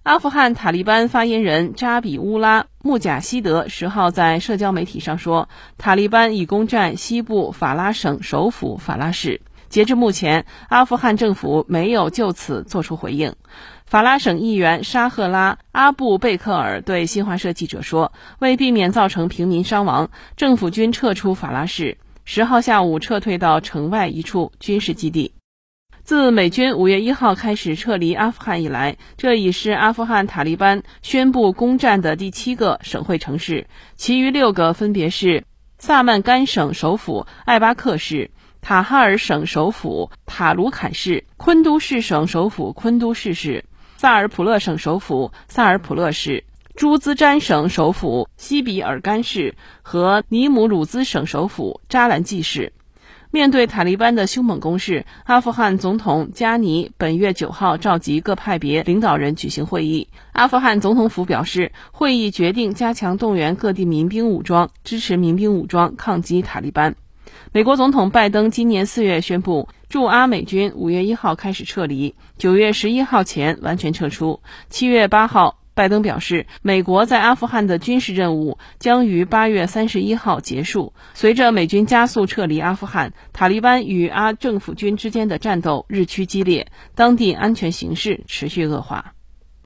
阿富汗塔利班发言人扎比乌拉·穆贾希德10号在社交媒体上说，塔利班已攻占西部法拉省首府法拉市。截至目前，阿富汗政府没有就此作出回应。法拉省议员沙赫拉·阿布贝克尔对新华社记者说，为避免造成平民伤亡，政府军撤出法拉市，10号下午撤退到城外一处军事基地。自美军5月1号开始撤离阿富汗以来，这已是阿富汗塔利班宣布攻占的第7个省会城市，其余6个分别是萨曼甘省首府艾巴克市、塔哈尔省首府塔卢坎市、昆都士省首府昆都士市、萨尔普勒省首府萨尔普勒市、朱兹詹省首府西比尔干市和尼姆鲁兹省首府扎兰季市。面对塔利班的凶猛攻势，阿富汗总统加尼本月9号召集各派别领导人举行会议。阿富汗总统府表示，会议决定加强动员各地民兵武装，支持民兵武装抗击塔利班。美国总统拜登今年4月宣布，驻阿美军5月1号开始撤离，9月11号前完全撤出。7月8号，拜登表示，美国在阿富汗的军事任务将于8月31号结束。随着美军加速撤离阿富汗，塔利班与阿政府军之间的战斗日趋激烈，当地安全形势持续恶化。